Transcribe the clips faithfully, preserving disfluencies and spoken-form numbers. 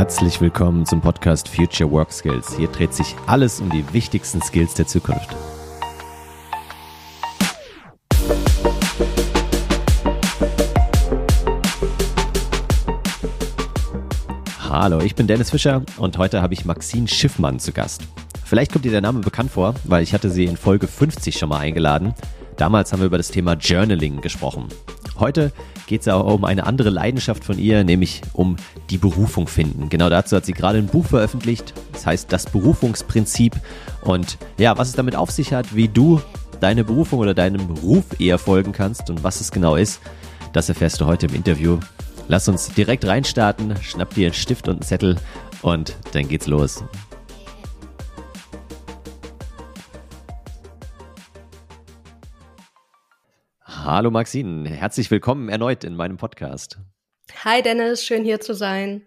Herzlich willkommen zum Podcast Future Work Skills. Hier dreht sich alles um die wichtigsten Skills der Zukunft. Hallo, ich bin Dennis Fischer und heute habe ich Maxine Schiffmann zu Gast. Vielleicht kommt dir der Name bekannt vor, weil ich hatte sie in Folge fünfzig schon mal eingeladen. Damals haben wir über das Thema Journaling gesprochen. Heute geht es aber um eine andere Leidenschaft von ihr, nämlich um die Berufung finden. Genau dazu hat sie gerade ein Buch veröffentlicht, das heißt Das Berufungsprinzip. Und ja, was es damit auf sich hat, wie du deine Berufung oder deinem Ruf eher folgen kannst und was es genau ist, das erfährst du heute im Interview. Lass uns direkt reinstarten, schnapp dir einen Stift und einen Zettel und dann geht's los. Hallo Maxine, herzlich willkommen erneut in meinem Podcast. Hi Dennis, schön hier zu sein.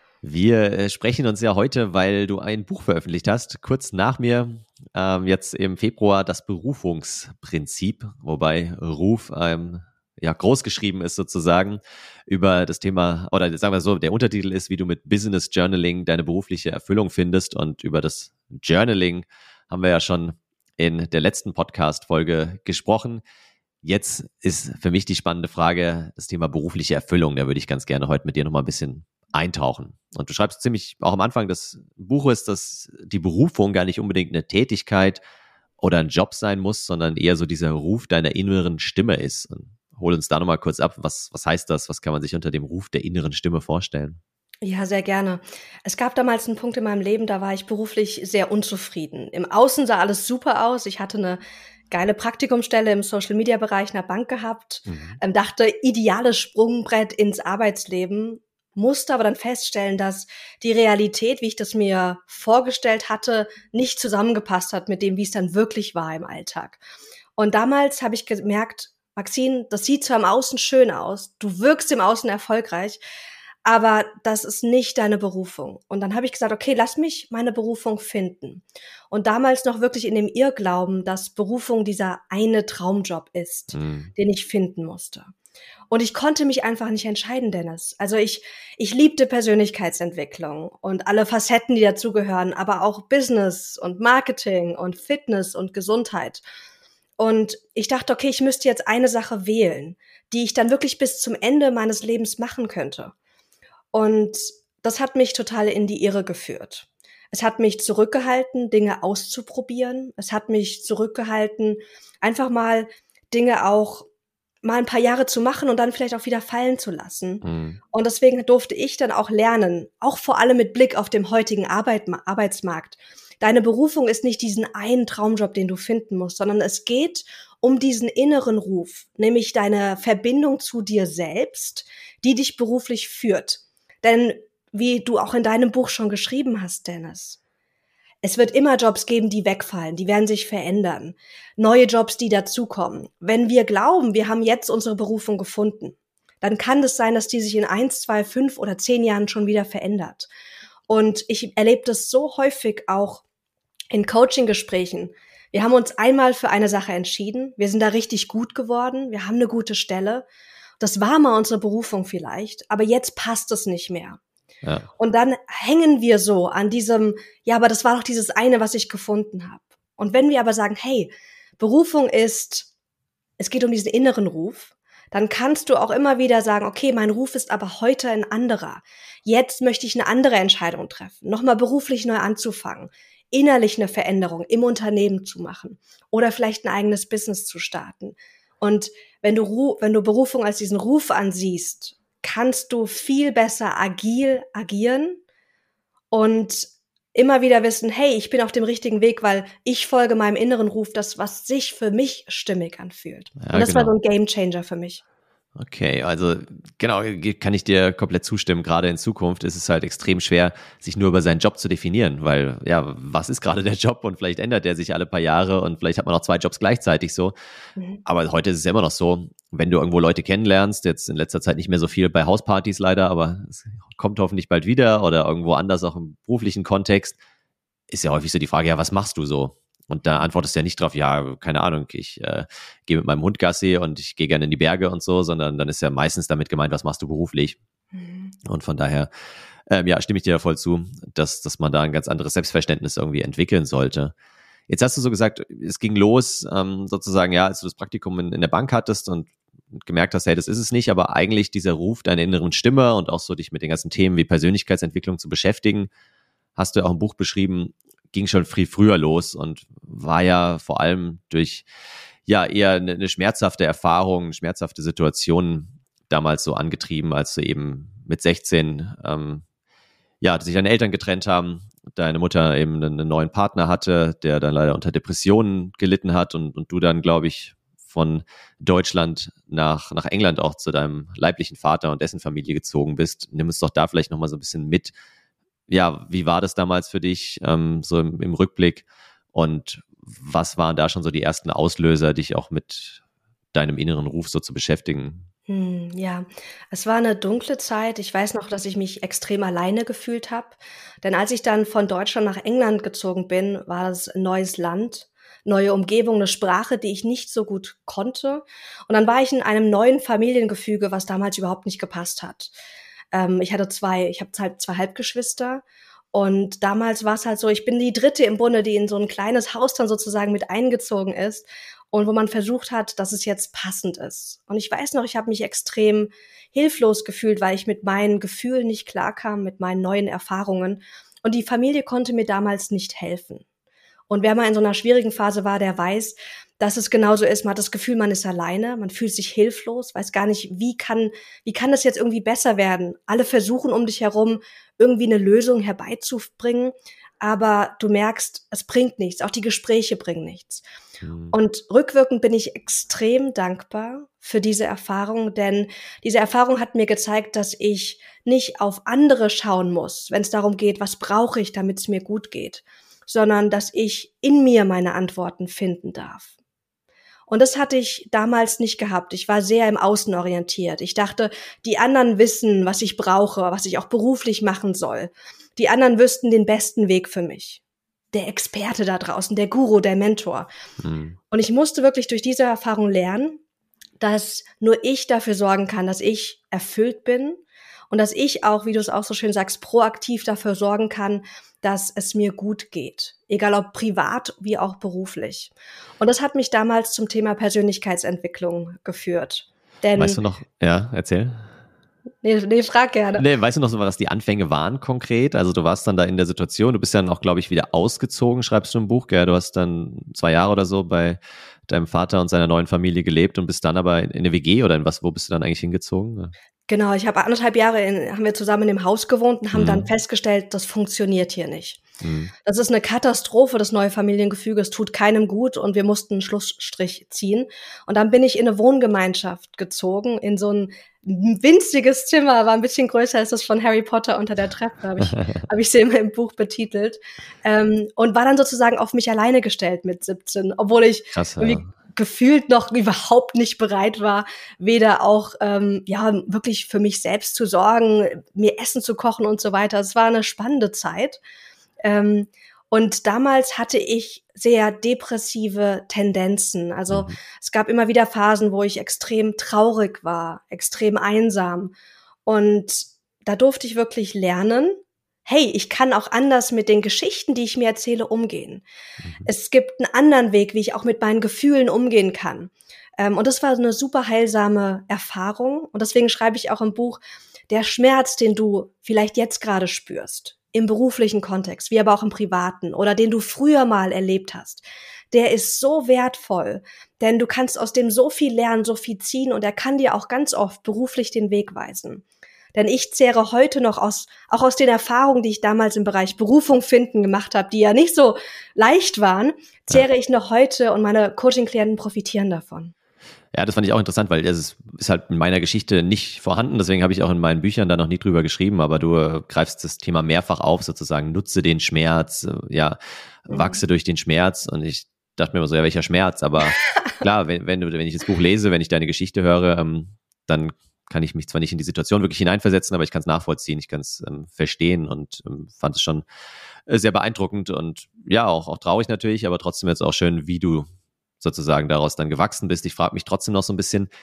Wir sprechen uns ja heute, weil du ein Buch veröffentlicht hast, kurz nach mir, ähm, jetzt im Februar, das Berufungsprinzip, wobei Ruf ähm, ja groß geschrieben ist sozusagen, über das Thema, oder sagen wir so, der Untertitel ist, wie du mit Business Journaling deine berufliche Erfüllung findest, und über das Journaling haben wir ja schon in der letzten Podcast-Folge gesprochen. Jetzt ist für mich die spannende Frage das Thema berufliche Erfüllung. Da würde ich ganz gerne heute mit dir nochmal ein bisschen eintauchen. Und du schreibst ziemlich auch am Anfang des Buches, dass die Berufung gar nicht unbedingt eine Tätigkeit oder ein Job sein muss, sondern eher so dieser Ruf deiner inneren Stimme ist. Und hol uns da nochmal kurz ab. Was, was heißt das? Was kann man sich unter dem Ruf der inneren Stimme vorstellen? Ja, sehr gerne. Es gab damals einen Punkt in meinem Leben, da war ich beruflich sehr unzufrieden. Im Außen sah alles super aus. Ich hatte eine geile Praktikumsstelle im Social-Media-Bereich in der Bank gehabt, mhm. ähm, dachte, ideales Sprungbrett ins Arbeitsleben, musste aber dann feststellen, dass die Realität, wie ich das mir vorgestellt hatte, nicht zusammengepasst hat mit dem, wie es dann wirklich war im Alltag. Und damals habe ich gemerkt, Maxine, das sieht zwar im Außen schön aus, du wirkst im Außen erfolgreich, aber das ist nicht deine Berufung. Und dann habe ich gesagt, okay, lass mich meine Berufung finden. Und damals noch wirklich in dem Irrglauben, dass Berufung dieser eine Traumjob ist, mhm. den ich finden musste. Und ich konnte mich einfach nicht entscheiden, Dennis. Also ich, ich liebte Persönlichkeitsentwicklung und alle Facetten, die dazugehören, aber auch Business und Marketing und Fitness und Gesundheit. Und ich dachte, okay, ich müsste jetzt eine Sache wählen, die ich dann wirklich bis zum Ende meines Lebens machen könnte. Und das hat mich total in die Irre geführt. Es hat mich zurückgehalten, Dinge auszuprobieren. Es hat mich zurückgehalten, einfach mal Dinge auch mal ein paar Jahre zu machen und dann vielleicht auch wieder fallen zu lassen. Mhm. Und deswegen durfte ich dann auch lernen, auch vor allem mit Blick auf den heutigen Arbeit, Arbeitsmarkt. Deine Berufung ist nicht diesen einen Traumjob, den du finden musst, sondern es geht um diesen inneren Ruf, nämlich deine Verbindung zu dir selbst, die dich beruflich führt. Denn wie du auch in deinem Buch schon geschrieben hast, Dennis, es wird immer Jobs geben, die wegfallen, die werden sich verändern. Neue Jobs, die dazukommen. Wenn wir glauben, wir haben jetzt unsere Berufung gefunden, dann kann es sein, dass die sich in eins, zwei, fünf oder zehn Jahren schon wieder verändert. Und ich erlebe das so häufig auch in Coaching-Gesprächen. Wir haben uns einmal für eine Sache entschieden, wir sind da richtig gut geworden, wir haben eine gute Stelle. Das war mal unsere Berufung vielleicht, aber jetzt passt es nicht mehr. Ja. Und dann hängen wir so an diesem, ja, aber das war doch dieses eine, was ich gefunden habe. Und wenn wir aber sagen, hey, Berufung ist, es geht um diesen inneren Ruf, dann kannst du auch immer wieder sagen, okay, mein Ruf ist aber heute ein anderer. Jetzt möchte ich eine andere Entscheidung treffen, nochmal beruflich neu anzufangen, innerlich eine Veränderung im Unternehmen zu machen oder vielleicht ein eigenes Business zu starten. Und wenn du, wenn du Berufung als diesen Ruf ansiehst, kannst du viel besser agil agieren und immer wieder wissen, hey, ich bin auf dem richtigen Weg, weil ich folge meinem inneren Ruf, das, was sich für mich stimmig anfühlt. Ja, und das genau. war so ein Gamechanger für mich. Okay, also genau, kann ich dir komplett zustimmen. Gerade in Zukunft ist es halt extrem schwer, sich nur über seinen Job zu definieren, weil ja, was ist gerade der Job, und vielleicht ändert der sich alle paar Jahre und vielleicht hat man auch zwei Jobs gleichzeitig so. Mhm. Aber heute ist es ja immer noch so, wenn du irgendwo Leute kennenlernst, jetzt in letzter Zeit nicht mehr so viel bei Hauspartys leider, aber es kommt hoffentlich bald wieder oder irgendwo anders auch im beruflichen Kontext, ist ja häufig so die Frage, ja, was machst du so? Und da antwortest du ja nicht drauf, ja, keine Ahnung, ich äh, gehe mit meinem Hund Gassi und ich gehe gerne in die Berge und so, sondern dann ist ja meistens damit gemeint, was machst du beruflich? Mhm. Und von daher, ähm, ja, stimme ich dir da voll zu, dass, dass man da ein ganz anderes Selbstverständnis irgendwie entwickeln sollte. Jetzt hast du so gesagt, es ging los, ähm, sozusagen, ja, als du das Praktikum in, in der Bank hattest und gemerkt hast, hey, das ist es nicht, aber eigentlich dieser Ruf deiner inneren Stimme und auch so dich mit den ganzen Themen wie Persönlichkeitsentwicklung zu beschäftigen, hast du auch im Buch beschrieben, ging schon viel früher los und war ja vor allem durch ja eher eine, eine schmerzhafte Erfahrung, eine schmerzhafte Situation damals so angetrieben, als du eben mit sechzehn ähm, ja, sich deine Eltern getrennt haben, deine Mutter eben einen, einen neuen Partner hatte, der dann leider unter Depressionen gelitten hat und, und du dann, glaube ich, von Deutschland nach, nach England auch zu deinem leiblichen Vater und dessen Familie gezogen bist. Nimm uns doch da vielleicht nochmal so ein bisschen mit. Ja, wie war das damals für dich, ähm, so im, im Rückblick? Und was waren da schon so die ersten Auslöser, dich auch mit deinem inneren Ruf so zu beschäftigen? Hm, ja, es war eine dunkle Zeit. Ich weiß noch, dass ich mich extrem alleine gefühlt habe. Denn als ich dann von Deutschland nach England gezogen bin, war das ein neues Land, neue Umgebung, eine Sprache, die ich nicht so gut konnte. Und dann war ich in einem neuen Familiengefüge, was damals überhaupt nicht gepasst hat. Ähm, ich hatte zwei, ich habe halt zwei Halbgeschwister. Und damals war es halt so, ich bin die Dritte im Bunde, die in so ein kleines Haus dann sozusagen mit eingezogen ist und wo man versucht hat, dass es jetzt passend ist. Und ich weiß noch, ich habe mich extrem hilflos gefühlt, weil ich mit meinen Gefühlen nicht klarkam, mit meinen neuen Erfahrungen. Und die Familie konnte mir damals nicht helfen. Und wer mal in so einer schwierigen Phase war, der weiß, dass es genauso ist. Man hat das Gefühl, man ist alleine, man fühlt sich hilflos, weiß gar nicht, wie kann, wie kann das jetzt irgendwie besser werden? Alle versuchen um dich herum, irgendwie eine Lösung herbeizubringen, aber du merkst, es bringt nichts, auch die Gespräche bringen nichts. Mhm. Und rückwirkend bin ich extrem dankbar für diese Erfahrung, denn diese Erfahrung hat mir gezeigt, dass ich nicht auf andere schauen muss, wenn es darum geht, was brauche ich, damit es mir gut geht, sondern dass ich in mir meine Antworten finden darf. Und das hatte ich damals nicht gehabt. Ich war sehr im Außen orientiert. Ich dachte, die anderen wissen, was ich brauche, was ich auch beruflich machen soll. Die anderen wüssten den besten Weg für mich. Der Experte da draußen, der Guru, der Mentor. Mhm. Und ich musste wirklich durch diese Erfahrung lernen, dass nur ich dafür sorgen kann, dass ich erfüllt bin und dass ich auch, wie du es auch so schön sagst, proaktiv dafür sorgen kann, dass es mir gut geht. Egal ob privat wie auch beruflich. Und das hat mich damals zum Thema Persönlichkeitsentwicklung geführt. Denn, weißt du noch, ja, erzähl. Nee, nee, frag gerne. Nee, weißt du noch so, was die Anfänge waren konkret? Also du warst dann da in der Situation, du bist dann auch, glaube ich, wieder ausgezogen, schreibst du im Buch, gell? Du hast dann zwei Jahre oder so bei deinem Vater und seiner neuen Familie gelebt und bist dann aber in eine W G oder in was, wo bist du dann eigentlich hingezogen? Genau, ich habe anderthalb Jahre in, haben wir zusammen in dem Haus gewohnt und haben mhm. dann festgestellt, das funktioniert hier nicht. Mhm. Das ist eine Katastrophe, das neue Familiengefüge, es tut keinem gut und wir mussten einen Schlussstrich ziehen. Und dann bin ich in eine Wohngemeinschaft gezogen, in so ein winziges Zimmer, war ein bisschen größer als das von Harry Potter unter der Treppe, habe ich, hab ich sie immer im Buch betitelt. Ähm, und war dann sozusagen auf mich alleine gestellt mit siebzehn, obwohl ich Krass, ja. irgendwie gefühlt noch überhaupt nicht bereit war, weder auch ähm, ja wirklich für mich selbst zu sorgen, mir Essen zu kochen und so weiter. Es war eine spannende Zeit. Ähm, und damals hatte ich sehr depressive Tendenzen. Also mhm. es gab immer wieder Phasen, wo ich extrem traurig war, extrem einsam. Und da durfte ich wirklich lernen, hey, ich kann auch anders mit den Geschichten, die ich mir erzähle, umgehen. Mhm. Es gibt einen anderen Weg, wie ich auch mit meinen Gefühlen umgehen kann. Ähm, und das war eine super heilsame Erfahrung. Und deswegen schreibe ich auch im Buch, der Schmerz, den du vielleicht jetzt gerade spürst, im beruflichen Kontext, wie aber auch im privaten oder den du früher mal erlebt hast, der ist so wertvoll, denn du kannst aus dem so viel lernen, so viel ziehen und er kann dir auch ganz oft beruflich den Weg weisen. Denn ich zehre heute noch aus, auch aus den Erfahrungen, die ich damals im Bereich Berufung finden gemacht habe, die ja nicht so leicht waren, zehre ja. ich noch heute und meine Coaching-Klienten profitieren davon. Ja, das fand ich auch interessant, weil das ist, ist halt in meiner Geschichte nicht vorhanden. Deswegen habe ich auch in meinen Büchern da noch nie drüber geschrieben. Aber du äh, greifst das Thema mehrfach auf, sozusagen. Nutze den Schmerz, äh, ja, mhm. wachse durch den Schmerz. Und ich dachte mir immer so, ja, welcher Schmerz? Aber klar, wenn, wenn, du, wenn ich das Buch lese, wenn ich deine Geschichte höre, ähm, dann kann ich mich zwar nicht in die Situation wirklich hineinversetzen, aber ich kann es nachvollziehen, ich kann es ähm, verstehen und ähm, fand es schon äh, sehr beeindruckend und ja, auch, auch traurig natürlich, aber trotzdem jetzt auch schön, wie du sozusagen daraus dann gewachsen bist. Ich frage mich trotzdem noch so ein bisschen,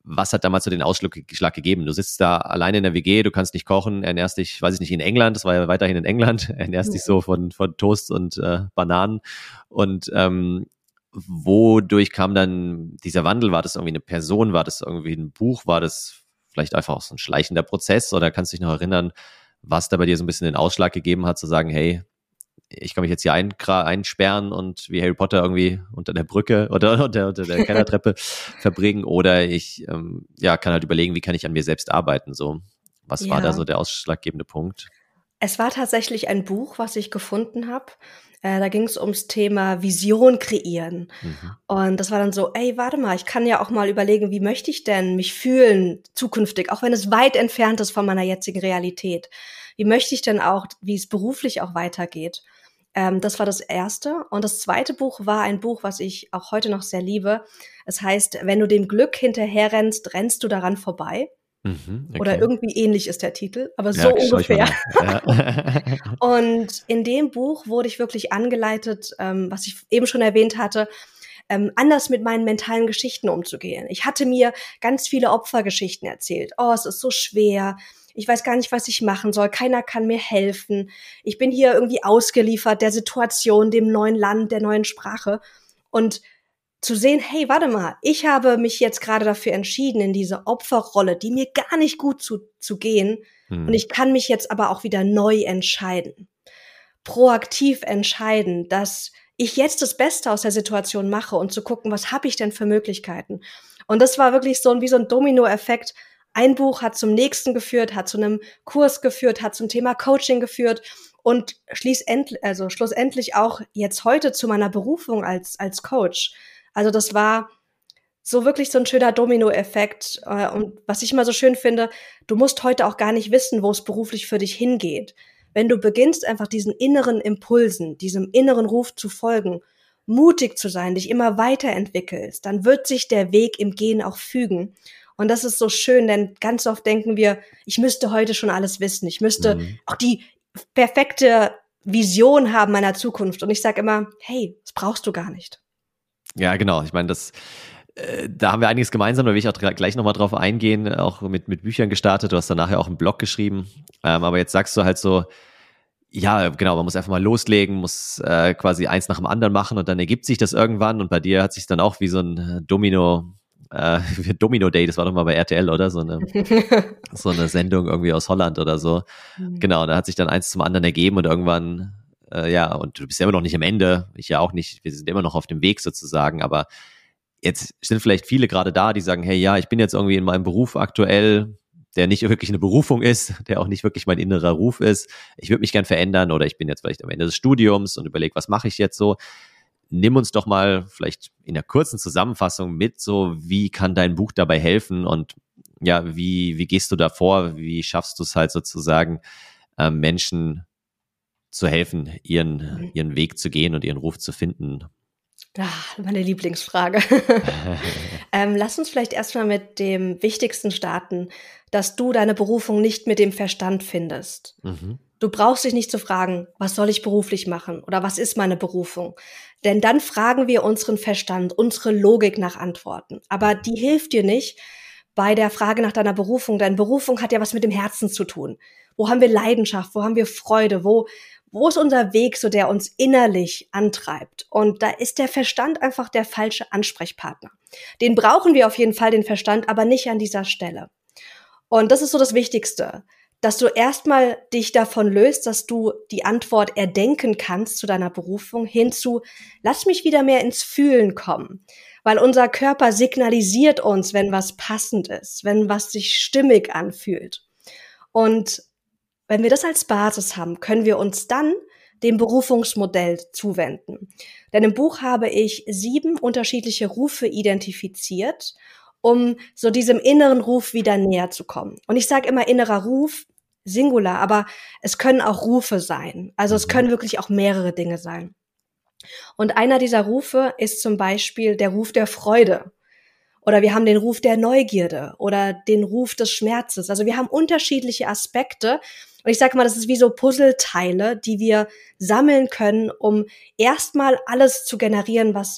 was hat damals so den Ausschlag gegeben? Du sitzt da alleine in der W G, du kannst nicht kochen, ernährst dich, weiß ich nicht, in England, das war ja weiterhin in England, ernährst dich so von, von Toast und äh, Bananen. Und ähm, wodurch kam dann dieser Wandel? War das irgendwie eine Person? War das irgendwie ein Buch? War das vielleicht einfach auch so ein schleichender Prozess? Oder kannst du dich noch erinnern, was da bei dir so ein bisschen den Ausschlag gegeben hat, zu sagen, hey, ich kann mich jetzt hier ein, einsperren und wie Harry Potter irgendwie unter der Brücke oder unter, unter der Kellertreppe verbringen, oder ich ähm, ja kann halt überlegen, wie kann ich an mir selbst arbeiten. So, was Ja. war da so der ausschlaggebende Punkt? Es war tatsächlich ein Buch, was ich gefunden habe. Äh, da ging es ums Thema Vision kreieren. Mhm. Und das war dann so, ey, warte mal, ich kann ja auch mal überlegen, wie möchte ich denn mich fühlen zukünftig, auch wenn es weit entfernt ist von meiner jetzigen Realität. Wie möchte ich denn auch, wie es beruflich auch weitergeht? Ähm, das war das erste. Und das zweite Buch war ein Buch, was ich auch heute noch sehr liebe. Es heißt, wenn du dem Glück hinterherrennst, rennst du daran vorbei. Mhm, okay. Oder irgendwie ähnlich ist der Titel, aber so ja, ungefähr. Ja. Und in dem Buch wurde ich wirklich angeleitet, ähm, was ich eben schon erwähnt hatte, ähm, anders mit meinen mentalen Geschichten umzugehen. Ich hatte mir ganz viele Opfergeschichten erzählt. Oh, es ist so schwer. Ich weiß gar nicht, was ich machen soll. Keiner kann mir helfen. Ich bin hier irgendwie ausgeliefert der Situation, dem neuen Land, der neuen Sprache. Und zu sehen, hey, warte mal, ich habe mich jetzt gerade dafür entschieden, in diese Opferrolle, die mir gar nicht gut zu, zu gehen. Hm. Und ich kann mich jetzt aber auch wieder neu entscheiden. Proaktiv entscheiden, dass ich jetzt das Beste aus der Situation mache und zu gucken, was habe ich denn für Möglichkeiten. Und das war wirklich so ein, wie so ein Dominoeffekt. Ein Buch hat zum nächsten geführt, hat zu einem Kurs geführt, hat zum Thema Coaching geführt und schließlich, also schlussendlich auch jetzt heute zu meiner Berufung als, als Coach. Also das war so wirklich so ein schöner Dominoeffekt. Und was ich immer so schön finde, du musst heute auch gar nicht wissen, wo es beruflich für dich hingeht. Wenn du beginnst, einfach diesen inneren Impulsen, diesem inneren Ruf zu folgen, mutig zu sein, dich immer weiterentwickelst, dann wird sich der Weg im Gehen auch fügen. Und das ist so schön, denn ganz oft denken wir, ich müsste heute schon alles wissen. Ich müsste mhm. auch die perfekte Vision haben meiner Zukunft. Und ich sage immer, hey, das brauchst du gar nicht. Ja, genau. Ich meine, das, äh, da haben wir einiges gemeinsam, da will ich auch gleich nochmal drauf eingehen, auch mit, mit Büchern gestartet. Du hast dann nachher auch einen Blog geschrieben. Ähm, aber jetzt sagst du halt so, ja, genau, man muss einfach mal loslegen, muss äh, quasi eins nach dem anderen machen und dann ergibt sich das irgendwann. Und bei dir hat sich dann auch wie so ein Domino, äh, Domino Day, das war doch mal bei R T L, oder? So eine, so eine Sendung irgendwie aus Holland oder so. Mhm. Genau, da hat sich dann eins zum anderen ergeben und irgendwann Äh, ja, und du bist ja immer noch nicht am Ende, ich ja auch nicht, wir sind immer noch auf dem Weg sozusagen, aber jetzt sind vielleicht viele gerade da, die sagen, hey, ja, ich bin jetzt irgendwie in meinem Beruf aktuell, der nicht wirklich eine Berufung ist, der auch nicht wirklich mein innerer Ruf ist, ich würde mich gern verändern oder ich bin jetzt vielleicht am Ende des Studiums und überlege, was mache ich jetzt so? Nimm uns doch mal vielleicht in einer kurzen Zusammenfassung mit, so wie kann dein Buch dabei helfen und ja, wie, wie gehst du da vor, wie schaffst du es halt sozusagen, äh, Menschen zu helfen, ihren, ihren Weg zu gehen und ihren Ruf zu finden? Ach, meine Lieblingsfrage. ähm, lass uns vielleicht erstmal mit dem Wichtigsten starten, dass du deine Berufung nicht mit dem Verstand findest. Mhm. Du brauchst dich nicht zu fragen, was soll ich beruflich machen oder was ist meine Berufung? Denn dann fragen wir unseren Verstand, unsere Logik nach Antworten. Aber die hilft dir nicht bei der Frage nach deiner Berufung, denn Berufung hat ja was mit dem Herzen zu tun. Wo haben wir Leidenschaft? Wo haben wir Freude? Wo Wo ist unser Weg, so der uns innerlich antreibt? Und da ist der Verstand einfach der falsche Ansprechpartner. Den brauchen wir auf jeden Fall, den Verstand, aber nicht an dieser Stelle. Und das ist so das Wichtigste, dass du erstmal dich davon löst, dass du die Antwort erdenken kannst zu deiner Berufung, hinzu, lass mich wieder mehr ins Fühlen kommen. Weil unser Körper signalisiert uns, wenn was passend ist, wenn was sich stimmig anfühlt. Und wenn wir das als Basis haben, können wir uns dann dem Berufungsmodell zuwenden. Denn im Buch habe ich sieben unterschiedliche Rufe identifiziert, um so diesem inneren Ruf wieder näher zu kommen. Und ich sage immer innerer Ruf, Singular, aber es können auch Rufe sein. Also es können wirklich auch mehrere Dinge sein. Und einer dieser Rufe ist zum Beispiel der Ruf der Freude. Oder wir haben den Ruf der Neugierde oder den Ruf des Schmerzes. Also wir haben unterschiedliche Aspekte. Und ich sage mal, das ist wie so Puzzleteile, die wir sammeln können, um erstmal alles zu generieren, was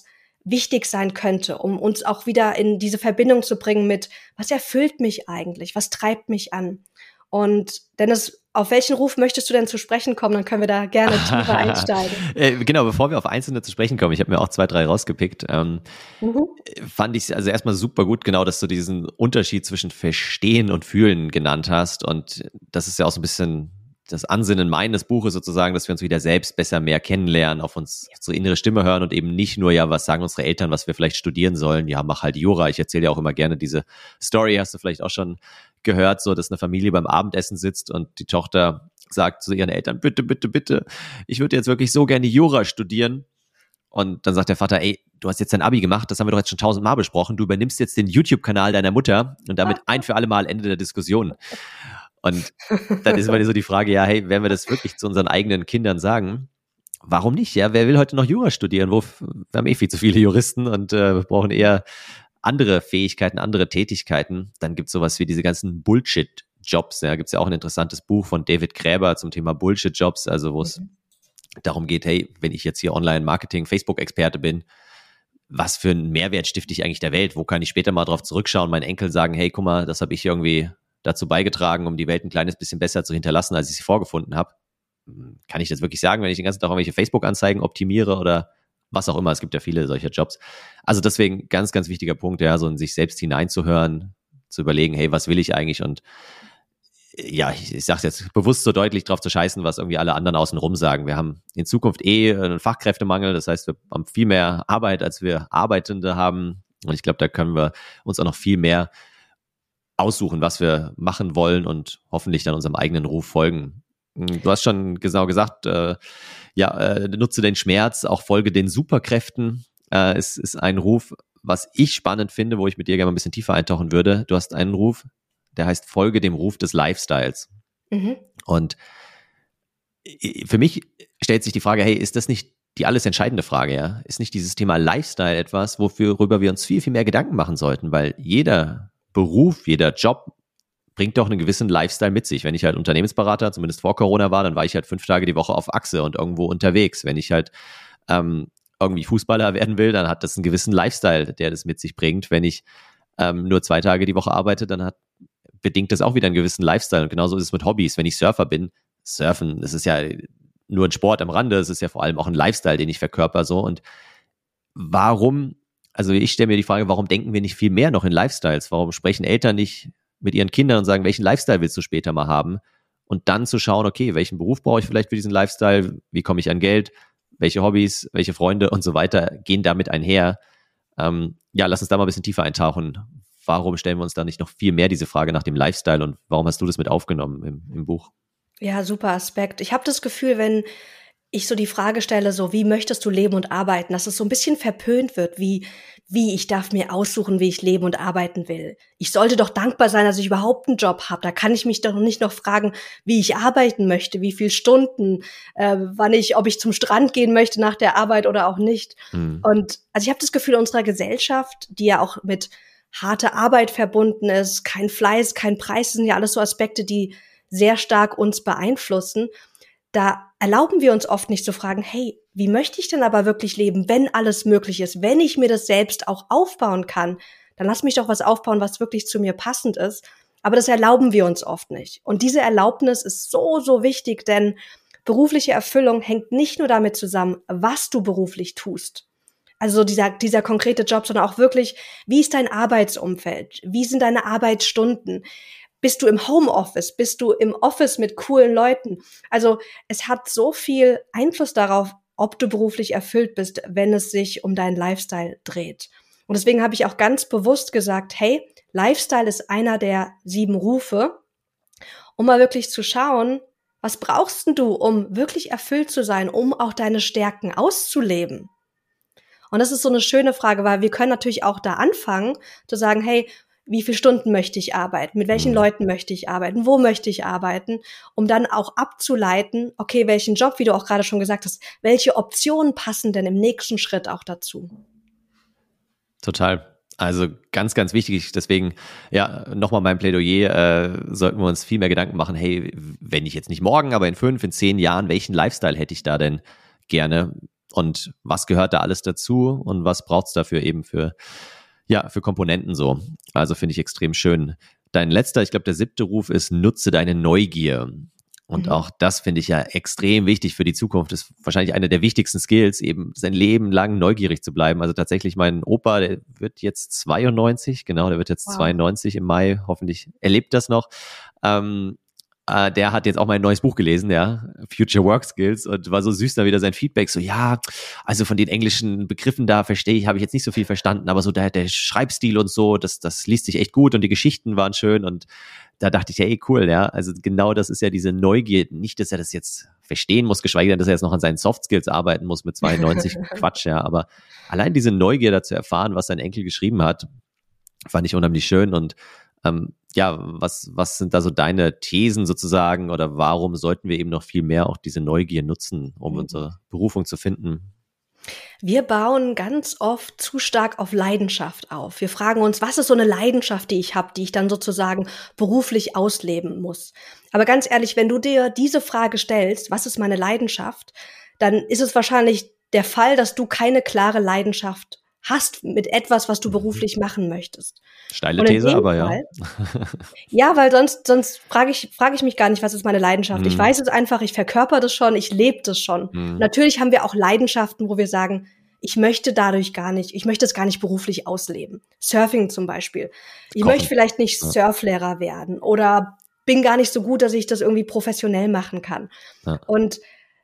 wichtig sein könnte, um uns auch wieder in diese Verbindung zu bringen mit, was erfüllt mich eigentlich, was treibt mich an? Und Dennis, auf welchen Ruf möchtest du denn zu sprechen kommen? Dann können wir da gerne tiefer einsteigen. äh, genau, bevor wir auf einzelne zu sprechen kommen, ich habe mir auch zwei, drei rausgepickt, ähm, mhm. fand ich also erstmal super gut, genau, dass du diesen Unterschied zwischen Verstehen und Fühlen genannt hast. Und das ist ja auch so ein bisschen das Ansinnen meines Buches sozusagen, dass wir uns wieder selbst besser mehr kennenlernen, auf uns unsere innere Stimme hören und eben nicht nur, ja, was sagen unsere Eltern, was wir vielleicht studieren sollen. Ja, mach halt Jura. Ich erzähle ja auch immer gerne diese Story, hast du vielleicht auch schon gehört, so, dass eine Familie beim Abendessen sitzt und die Tochter sagt zu ihren Eltern, bitte, bitte, bitte, ich würde jetzt wirklich so gerne Jura studieren. Und dann sagt der Vater, ey, du hast jetzt dein Abi gemacht, das haben wir doch jetzt schon tausendmal besprochen, du übernimmst jetzt den YouTube-Kanal deiner Mutter und damit ein für alle Mal Ende der Diskussion. Und dann ist immer so die Frage, ja, hey, werden wir das wirklich zu unseren eigenen Kindern sagen? Warum nicht? Ja, wer will heute noch Jura studieren? Wo, wir haben eh viel zu viele Juristen und äh, wir brauchen eher andere Fähigkeiten, andere Tätigkeiten. Dann gibt es sowas wie diese ganzen Bullshit-Jobs. Ja, gibt es ja auch ein interessantes Buch von David Graeber zum Thema Bullshit-Jobs, also wo es mhm. darum geht, hey, wenn ich jetzt hier Online-Marketing, Facebook-Experte bin, was für einen Mehrwert stifte ich eigentlich der Welt? Wo kann ich später mal drauf zurückschauen, meinen Enkeln sagen, hey, guck mal, das habe ich irgendwie dazu beigetragen, um die Welt ein kleines bisschen besser zu hinterlassen, als ich sie vorgefunden habe. Kann ich das wirklich sagen, wenn ich den ganzen Tag irgendwelche Facebook-Anzeigen optimiere oder was auch immer? Es gibt ja viele solcher Jobs. Also deswegen ganz, ganz wichtiger Punkt, ja, so in sich selbst hineinzuhören, zu überlegen, hey, was will ich eigentlich? Und ja, ich, ich sage jetzt bewusst so deutlich drauf zu scheißen, was irgendwie alle anderen außenrum sagen. Wir haben in Zukunft eh einen Fachkräftemangel, das heißt, wir haben viel mehr Arbeit, als wir Arbeitende haben. Und ich glaube, da können wir uns auch noch viel mehr aussuchen, was wir machen wollen und hoffentlich dann unserem eigenen Ruf folgen. Du hast schon genau gesagt, äh, ja, äh, nutze den Schmerz, auch folge den Superkräften. Äh, es ist ein Ruf, was ich spannend finde, wo ich mit dir gerne mal ein bisschen tiefer eintauchen würde. Du hast einen Ruf, der heißt folge dem Ruf des Lifestyles. Mhm. Und für mich stellt sich die Frage, hey, ist das nicht die alles entscheidende Frage, ja? Ist nicht dieses Thema Lifestyle etwas, worüber wir uns viel, viel mehr Gedanken machen sollten? Weil jeder Beruf, jeder Job bringt doch einen gewissen Lifestyle mit sich. Wenn ich halt Unternehmensberater, zumindest vor Corona war, dann war ich halt fünf Tage die Woche auf Achse und irgendwo unterwegs. Wenn ich halt ähm, irgendwie Fußballer werden will, dann hat das einen gewissen Lifestyle, der das mit sich bringt. Wenn ich ähm, nur zwei Tage die Woche arbeite, dann hat, bedingt das auch wieder einen gewissen Lifestyle. Und genauso ist es mit Hobbys. Wenn ich Surfer bin, Surfen, das ist ja nur ein Sport am Rande, es ist ja vor allem auch ein Lifestyle, den ich verkörper so. Und warum, also ich stelle mir die Frage, warum denken wir nicht viel mehr noch in Lifestyles? Warum sprechen Eltern nicht mit ihren Kindern und sagen, welchen Lifestyle willst du später mal haben? Und dann zu schauen, okay, welchen Beruf brauche ich vielleicht für diesen Lifestyle? Wie komme ich an Geld? Welche Hobbys, welche Freunde und so weiter gehen damit einher? Ähm, ja, lass uns da mal ein bisschen tiefer eintauchen. Warum stellen wir uns da nicht noch viel mehr diese Frage nach dem Lifestyle und warum hast du das mit aufgenommen im, im Buch? Ja, super Aspekt. Ich habe das Gefühl, wenn ich so die Frage stelle, so wie möchtest du leben und arbeiten, dass es so ein bisschen verpönt wird, wie wie ich darf mir aussuchen, wie ich leben und arbeiten will. Ich sollte doch dankbar sein, dass ich überhaupt einen Job habe. Da kann ich mich doch nicht noch fragen, wie ich arbeiten möchte, wie viele Stunden, äh, wann ich, ob ich zum Strand gehen möchte nach der Arbeit oder auch nicht. Mhm. Und also ich habe das Gefühl, in unserer Gesellschaft, die ja auch mit harter Arbeit verbunden ist, kein Fleiß, kein Preis, das sind ja alles so Aspekte, die sehr stark uns beeinflussen. Da erlauben wir uns oft nicht zu fragen, hey, wie möchte ich denn aber wirklich leben, wenn alles möglich ist, wenn ich mir das selbst auch aufbauen kann, dann lass mich doch was aufbauen, was wirklich zu mir passend ist. Aber das erlauben wir uns oft nicht. Und diese Erlaubnis ist so, so wichtig, denn berufliche Erfüllung hängt nicht nur damit zusammen, was du beruflich tust. Also dieser, dieser konkrete Job, sondern auch wirklich, wie ist dein Arbeitsumfeld? Wie sind deine Arbeitsstunden? Bist du im Homeoffice? Bist du im Office mit coolen Leuten? Also es hat so viel Einfluss darauf, ob du beruflich erfüllt bist, wenn es sich um deinen Lifestyle dreht. Und deswegen habe ich auch ganz bewusst gesagt, hey, Lifestyle ist einer der sieben Rufe, um mal wirklich zu schauen, was brauchst denn du, um wirklich erfüllt zu sein, um auch deine Stärken auszuleben? Und das ist so eine schöne Frage, weil wir können natürlich auch da anfangen, zu sagen, hey, wie viele Stunden möchte ich arbeiten? Mit welchen Leuten möchte ich arbeiten? Wo möchte ich arbeiten? Um dann auch abzuleiten, okay, welchen Job, wie du auch gerade schon gesagt hast, welche Optionen passen denn im nächsten Schritt auch dazu? Total. Also ganz, ganz wichtig. Deswegen, ja, nochmal mein Plädoyer, äh, sollten wir uns viel mehr Gedanken machen, hey, wenn ich jetzt nicht morgen, aber in fünf, in zehn Jahren, welchen Lifestyle hätte ich da denn gerne? und was gehört da alles dazu und was braucht es dafür eben für, ja, für Komponenten so. Also finde ich extrem schön. Dein letzter, ich glaube der siebte Ruf ist, nutze deine Neugier. Und mhm. auch das finde ich ja extrem wichtig für die Zukunft. Das ist wahrscheinlich eine der wichtigsten Skills, eben sein Leben lang neugierig zu bleiben. Also tatsächlich mein Opa, der wird jetzt zweiundneunzig, genau, der wird jetzt wow. zweiundneunzig im Mai, hoffentlich erlebt das noch. Ähm, äh, der hat jetzt auch mein neues Buch gelesen, ja, Future Work Skills, und war so süß da wieder sein Feedback, so ja, also von den englischen Begriffen da verstehe ich, habe ich jetzt nicht so viel verstanden, aber so der, der Schreibstil und so, das, das liest sich echt gut und die Geschichten waren schön, und da dachte ich, ja, ey, cool, ja, also genau das ist ja diese Neugier, nicht, dass er das jetzt verstehen muss, geschweige denn, dass er jetzt noch an seinen Soft Skills arbeiten muss mit zweiundneunzig, Quatsch, ja, aber allein diese Neugier da zu erfahren, was sein Enkel geschrieben hat, fand ich unheimlich schön. Und ähm, ja, was, was sind da so deine Thesen sozusagen, oder warum sollten wir eben noch viel mehr auch diese Neugier nutzen, um mhm. unsere Berufung zu finden? Wir bauen ganz oft zu stark auf Leidenschaft auf. Wir fragen uns, was ist so eine Leidenschaft, die ich habe, die ich dann sozusagen beruflich ausleben muss. Aber ganz ehrlich, wenn du dir diese Frage stellst, was ist meine Leidenschaft, dann ist es wahrscheinlich der Fall, dass du keine klare Leidenschaft hast mit etwas, was du beruflich machen möchtest. Steile These, aber Fall, ja. Ja, weil sonst, sonst frage ich, frage ich mich gar nicht, was ist meine Leidenschaft. Mhm. Ich weiß es einfach, ich verkörper das schon, ich lebe das schon. Mhm. Natürlich haben wir auch Leidenschaften, wo wir sagen, ich möchte dadurch gar nicht, ich möchte es gar nicht beruflich ausleben. Surfing zum Beispiel. Ich Kochen. möchte vielleicht nicht ja. Surflehrer werden oder bin gar nicht so gut, dass ich das irgendwie professionell machen kann. Ja. Und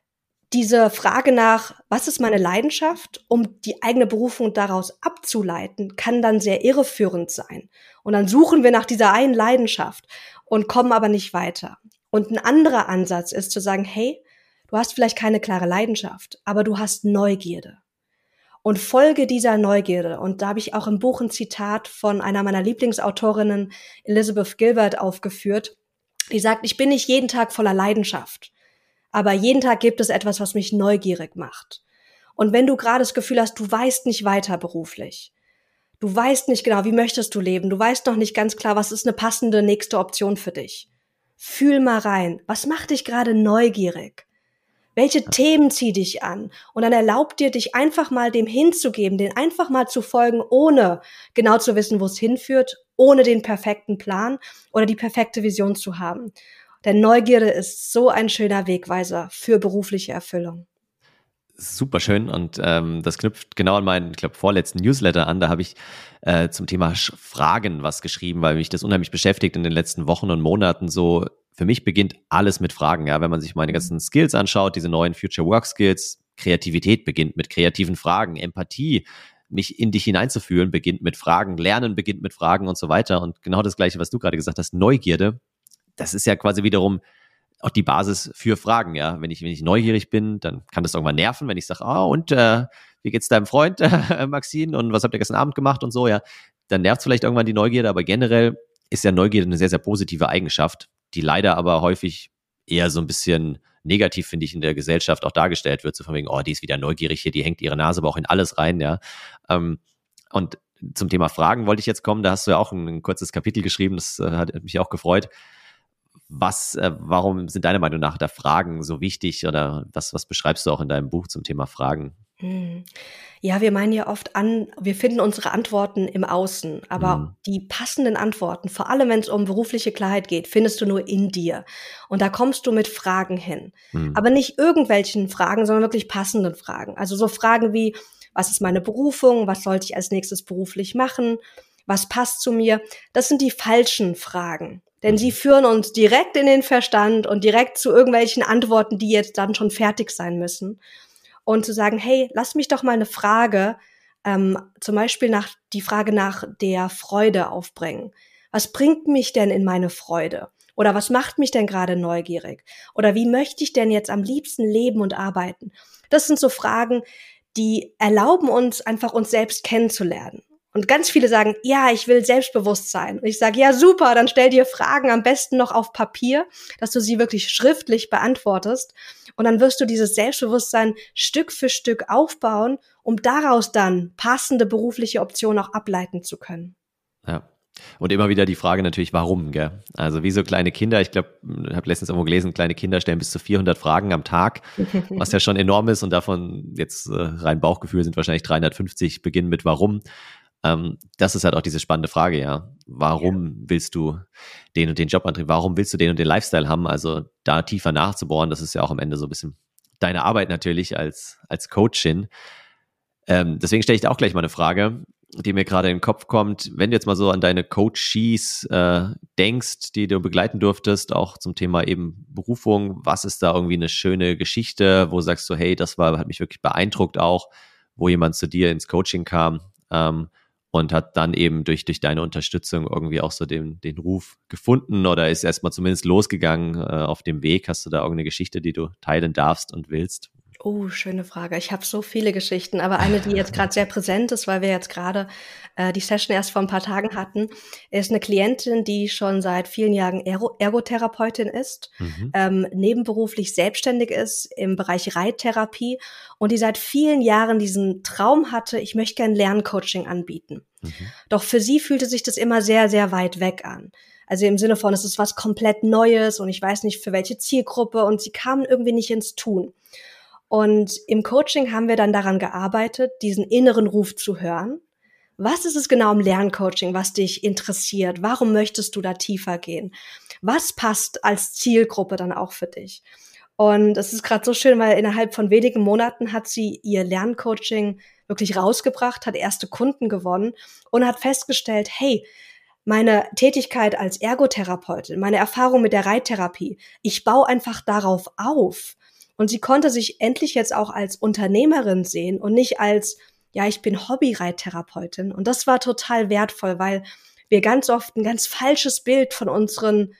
diese Frage nach, was ist meine Leidenschaft, um die eigene Berufung daraus abzuleiten, kann dann sehr irreführend sein. Und dann suchen wir nach dieser einen Leidenschaft und kommen aber nicht weiter. Und ein anderer Ansatz ist zu sagen, hey, du hast vielleicht keine klare Leidenschaft, aber du hast Neugierde. Und folge dieser Neugierde. Und da habe ich auch im Buch ein Zitat von einer meiner Lieblingsautorinnen, Elizabeth Gilbert, aufgeführt. Die sagt, ich bin nicht jeden Tag voller Leidenschaft. Aber jeden Tag gibt es etwas, was mich neugierig macht. Und wenn du gerade das Gefühl hast, du weißt nicht weiter beruflich, du weißt nicht genau, wie möchtest du leben, du weißt noch nicht ganz klar, was ist eine passende nächste Option für dich. Fühl mal rein, was macht dich gerade neugierig? Welche Themen zieh dich an? Und dann erlaubt dir, dich einfach mal dem hinzugeben, den einfach mal zu folgen, ohne genau zu wissen, wo es hinführt, ohne den perfekten Plan oder die perfekte Vision zu haben. Denn Neugierde ist so ein schöner Wegweiser für berufliche Erfüllung. Super schön, und ähm, das knüpft genau an meinen, ich glaube, vorletzten Newsletter an. Da habe ich äh, zum Thema Fragen was geschrieben, weil mich das unheimlich beschäftigt in den letzten Wochen und Monaten. So, für mich beginnt alles mit Fragen. Ja, wenn man sich meine ganzen Skills anschaut, diese neuen Future Work Skills, Kreativität beginnt mit kreativen Fragen, Empathie, mich in dich hineinzufühlen, beginnt mit Fragen, Lernen beginnt mit Fragen und so weiter. Und genau das Gleiche, was du gerade gesagt hast, Neugierde. Das ist ja quasi wiederum auch die Basis für Fragen, ja. Wenn ich, wenn ich neugierig bin, dann kann das irgendwann nerven, wenn ich sage, ah, und äh, wie geht's deinem Freund, äh, Maxine, und was habt ihr gestern Abend gemacht und so, ja. Dann nervt vielleicht irgendwann die Neugierde, aber generell ist ja Neugierde eine sehr, sehr positive Eigenschaft, die leider aber häufig eher so ein bisschen negativ, finde ich, in der Gesellschaft auch dargestellt wird, so von wegen, oh, die ist wieder neugierig hier, die hängt ihre Nase aber auch in alles rein, ja. Ähm, und zum Thema Fragen wollte ich jetzt kommen, da hast du ja auch ein, ein kurzes Kapitel geschrieben, das äh, hat mich auch gefreut. Was, äh, warum sind deiner Meinung nach da Fragen so wichtig, oder was, was beschreibst du auch in deinem Buch zum Thema Fragen? Ja, wir meinen ja oft an, wir finden unsere Antworten im Außen, aber Mhm. die passenden Antworten, vor allem wenn es um berufliche Klarheit geht, findest du nur in dir. Und da kommst du mit Fragen hin. Mhm. Aber nicht irgendwelchen Fragen, sondern wirklich passenden Fragen. Also so Fragen wie, was ist meine Berufung? Was sollte ich als nächstes beruflich machen? Was passt zu mir? Das sind die falschen Fragen. Denn sie führen uns direkt in den Verstand und direkt zu irgendwelchen Antworten, die jetzt dann schon fertig sein müssen. Und zu sagen, hey, lass mich doch mal eine Frage, ähm, zum Beispiel nach die Frage nach der Freude aufbringen. Was bringt mich denn in meine Freude? Oder was macht mich denn gerade neugierig? Oder wie möchte ich denn jetzt am liebsten leben und arbeiten? Das sind so Fragen, die erlauben uns einfach, uns selbst kennenzulernen. Und ganz viele sagen, ja, ich will selbstbewusst sein. Und ich sage, ja, super, dann stell dir Fragen am besten noch auf Papier, dass du sie wirklich schriftlich beantwortest. Und dann wirst du dieses Selbstbewusstsein Stück für Stück aufbauen, um daraus dann passende berufliche Optionen auch ableiten zu können. Ja, Und immer wieder die Frage natürlich, warum, gell? Also wie so kleine Kinder, ich glaube, ich habe letztens irgendwo gelesen, kleine Kinder stellen bis zu vierhundert Fragen am Tag, was ja schon enorm ist und davon jetzt äh, rein Bauchgefühl sind wahrscheinlich dreihundertfünfzig beginnen mit warum. Ähm, das ist halt auch diese spannende Frage, ja. Warum ja. willst du den und den Jobantrieb, warum willst du den und den Lifestyle haben? Also da tiefer nachzubohren, das ist ja auch am Ende so ein bisschen deine Arbeit natürlich als, als Coachin. Ähm, deswegen stelle ich dir auch gleich mal eine Frage, die mir gerade in den Kopf kommt. Wenn du jetzt mal so an deine Coaches äh, denkst, die du begleiten durftest, auch zum Thema eben Berufung, was ist da irgendwie eine schöne Geschichte, wo sagst du, hey, das war, hat mich wirklich beeindruckt auch, wo jemand zu dir ins Coaching kam ähm, und hat dann eben durch, durch deine Unterstützung irgendwie auch so den, den Ruf gefunden oder ist erstmal zumindest losgegangen äh, auf dem Weg? Hast du da irgendeine Geschichte, die du teilen darfst und willst? Oh, schöne Frage. Ich habe so viele Geschichten, aber eine, die jetzt gerade sehr präsent ist, weil wir jetzt gerade äh, die Session erst vor ein paar Tagen hatten, ist eine Klientin, die schon seit vielen Jahren Ergo- Ergotherapeutin ist, mhm. ähm, nebenberuflich selbstständig ist im Bereich Reittherapie und die seit vielen Jahren diesen Traum hatte, ich möchte gerne Lerncoaching anbieten. Mhm. Doch für sie fühlte sich das immer sehr, sehr weit weg an. Also im Sinne von, es ist was komplett Neues und ich weiß nicht für welche Zielgruppe und sie kamen irgendwie nicht ins Tun. Und im Coaching haben wir dann daran gearbeitet, diesen inneren Ruf zu hören. Was ist es genau im Lerncoaching, was dich interessiert? Warum möchtest du da tiefer gehen? Was passt als Zielgruppe dann auch für dich? Und es ist gerade so schön, weil innerhalb von wenigen Monaten hat sie ihr Lerncoaching wirklich rausgebracht, hat erste Kunden gewonnen und hat festgestellt, hey, meine Tätigkeit als Ergotherapeutin, meine Erfahrung mit der Reittherapie, ich baue einfach darauf auf. Und sie konnte sich endlich jetzt auch als Unternehmerin sehen und nicht als, ja, ich bin Hobby-Reittherapeutin. Und das war total wertvoll, weil wir ganz oft ein ganz falsches Bild von unseren,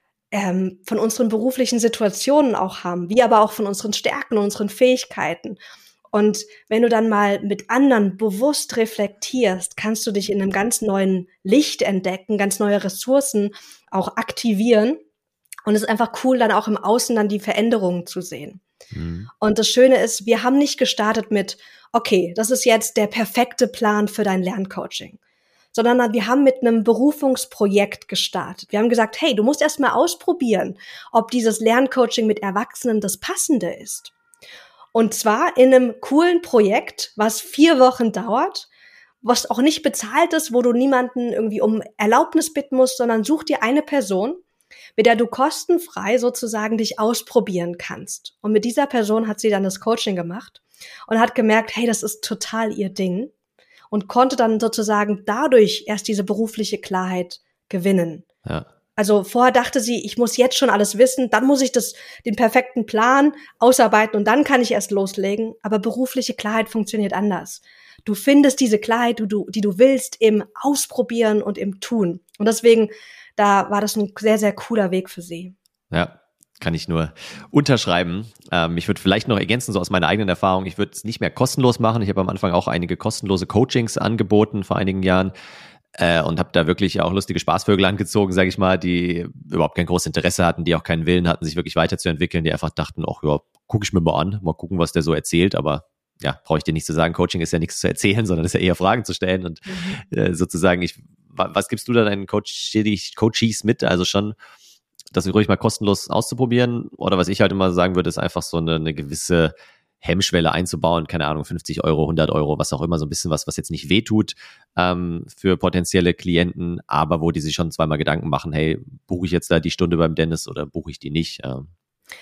ähm, von unseren beruflichen Situationen auch haben, wie aber auch von unseren Stärken, unseren Fähigkeiten. Und wenn du dann mal mit anderen bewusst reflektierst, kannst du dich in einem ganz neuen Licht entdecken, ganz neue Ressourcen auch aktivieren. Und es ist einfach cool, dann auch im Außen dann die Veränderungen zu sehen. Mhm. Und das Schöne ist, wir haben nicht gestartet mit, okay, das ist jetzt der perfekte Plan für dein Lerncoaching, sondern wir haben mit einem Berufungsprojekt gestartet. Wir haben gesagt, hey, du musst erst mal ausprobieren, ob dieses Lerncoaching mit Erwachsenen das Passende ist. Und zwar in einem coolen Projekt, was vier Wochen dauert, was auch nicht bezahlt ist, wo du niemanden irgendwie um Erlaubnis bitten musst, sondern such dir eine Person, mit der du kostenfrei sozusagen dich ausprobieren kannst. Und mit dieser Person hat sie dann das Coaching gemacht und hat gemerkt, hey, das ist total ihr Ding und konnte dann sozusagen dadurch erst diese berufliche Klarheit gewinnen. Ja. Also vorher dachte sie, ich muss jetzt schon alles wissen, dann muss ich das, den perfekten Plan ausarbeiten und dann kann ich erst loslegen. Aber berufliche Klarheit funktioniert anders. Du findest diese Klarheit, die du, die du willst, im Ausprobieren und im Tun. Und deswegen da war das ein sehr, sehr cooler Weg für sie. Ja, kann ich nur unterschreiben. Ähm, ich würde vielleicht noch ergänzen, so aus meiner eigenen Erfahrung, ich würde es nicht mehr kostenlos machen. Ich habe am Anfang auch einige kostenlose Coachings angeboten vor einigen Jahren äh, und habe da wirklich auch lustige Spaßvögel angezogen, sage ich mal, die überhaupt kein großes Interesse hatten, die auch keinen Willen hatten, sich wirklich weiterzuentwickeln, die einfach dachten, ach ja, gucke ich mir mal an, mal gucken, was der so erzählt, aber ja, brauche ich dir nicht zu sagen, Coaching ist ja nichts zu erzählen, sondern ist ja eher Fragen zu stellen und mhm. äh, sozusagen, ich was gibst du da deinen Coach, Coaches mit? Also schon, das ruhig mal kostenlos auszuprobieren? Oder was ich halt immer sagen würde, ist einfach so eine, eine gewisse Hemmschwelle einzubauen. Keine Ahnung, fünfzig Euro, hundert Euro, was auch immer. So ein bisschen was, was jetzt nicht wehtut ähm, für potenzielle Klienten, aber wo die sich schon zweimal Gedanken machen, hey, buche ich jetzt da die Stunde beim Dennis oder buche ich die nicht? Ähm,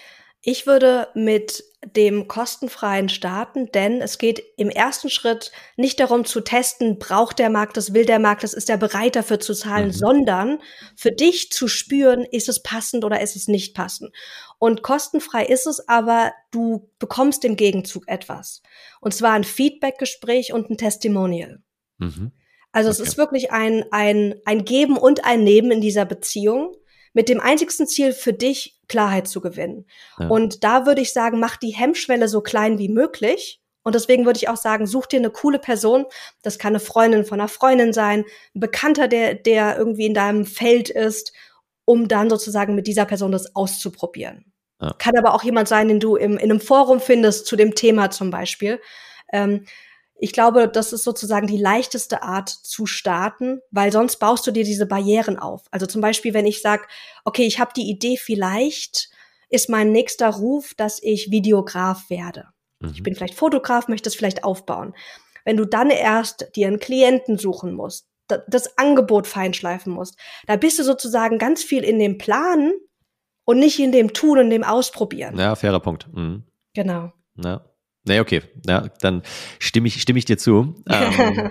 Ich würde mit dem kostenfreien starten, denn es geht im ersten Schritt nicht darum zu testen, braucht der Markt das, will der Markt das, ist er bereit dafür zu zahlen, mhm. sondern für dich zu spüren, ist es passend oder ist es nicht passend. Und kostenfrei ist es, aber du bekommst im Gegenzug etwas. Und zwar ein Feedback-Gespräch und ein Testimonial. Mhm. Also okay. Es ist wirklich ein, ein, ein Geben und ein Nehmen in dieser Beziehung, mit dem einzigsten Ziel für dich, Klarheit zu gewinnen. Ja. Und da würde ich sagen, mach die Hemmschwelle so klein wie möglich. Und deswegen würde ich auch sagen, such dir eine coole Person. Das kann eine Freundin von einer Freundin sein, ein Bekannter, der, der irgendwie in deinem Feld ist, um dann sozusagen mit dieser Person das auszuprobieren. Ja. Kann aber auch jemand sein, den du im, in einem Forum findest, zu dem Thema zum Beispiel. Ähm, ich glaube, das ist sozusagen die leichteste Art zu starten, weil sonst baust du dir diese Barrieren auf. Also zum Beispiel, wenn ich sage, okay, ich habe die Idee, vielleicht ist mein nächster Ruf, dass ich Videograf werde. Mhm. Ich bin vielleicht Fotograf, möchte es vielleicht aufbauen. Wenn du dann erst dir einen Klienten suchen musst, das Angebot feinschleifen musst, da bist du sozusagen ganz viel in dem Planen und nicht in dem Tun und dem Ausprobieren. Ja, fairer Punkt. Mhm. Genau. Ja. Nee, okay. Ja, dann stimme ich, stimme ich dir zu. Ähm,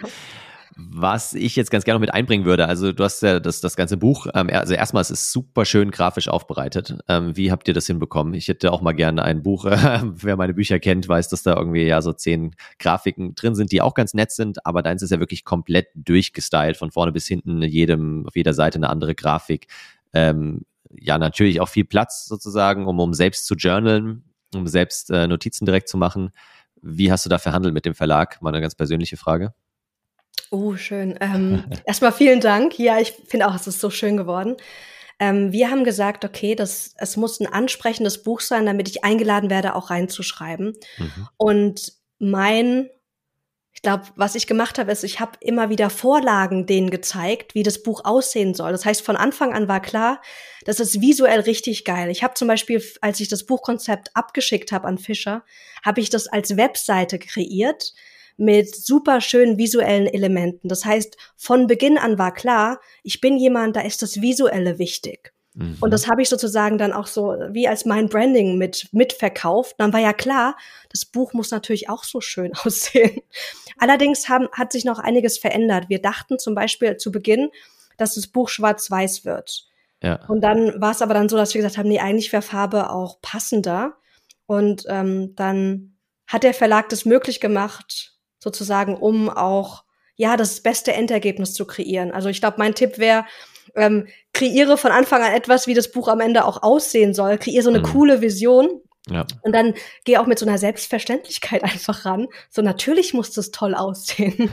was ich jetzt ganz gerne noch mit einbringen würde, also du hast ja das, das ganze Buch, ähm, also erstmal, es ist super schön grafisch aufbereitet. Ähm, wie habt ihr das hinbekommen? Ich hätte auch mal gerne ein Buch, äh, wer meine Bücher kennt, weiß, dass da irgendwie ja so zehn Grafiken drin sind, die auch ganz nett sind, aber deins ist ja wirklich komplett durchgestylt, von vorne bis hinten, jedem, auf jeder Seite eine andere Grafik. Ähm, ja, natürlich auch viel Platz sozusagen, um, um selbst zu journalen, um selbst äh, Notizen direkt zu machen. Wie hast du da verhandelt mit dem Verlag? Mal eine ganz persönliche Frage. Oh, schön. Ähm, erstmal vielen Dank. Ja, ich finde auch, es ist so schön geworden. Ähm, wir haben gesagt, okay, das, es muss ein ansprechendes Buch sein, damit ich eingeladen werde, auch reinzuschreiben. Mhm. Und mein, ich glaube, was ich gemacht habe, ist, ich habe immer wieder Vorlagen denen gezeigt, wie das Buch aussehen soll. Das heißt, von Anfang an war klar, das ist visuell richtig geil. Ich habe zum Beispiel, als ich das Buchkonzept abgeschickt habe an Fischer, habe ich das als Webseite kreiert, mit super schönen visuellen Elementen. Das heißt, von Beginn an war klar, ich bin jemand, da ist das Visuelle wichtig. Mhm. Und das habe ich sozusagen dann auch so wie als mein Branding mit mitverkauft. Dann war ja klar, das Buch muss natürlich auch so schön aussehen. Allerdings haben, hat sich noch einiges verändert. Wir dachten zum Beispiel zu Beginn, dass das Buch schwarz-weiß wird. Ja. Und dann war es aber dann so, dass wir gesagt haben, nee, eigentlich wäre Farbe auch passender. Und ähm, dann hat der Verlag das möglich gemacht, sozusagen, um auch, ja, das beste Endergebnis zu kreieren. Also ich glaube, mein Tipp wäre, ähm, kreiere von Anfang an etwas, wie das Buch am Ende auch aussehen soll. Kreiere so eine mhm. coole Vision. Ja. Und dann geh auch mit so einer Selbstverständlichkeit einfach ran. So, natürlich muss das toll aussehen.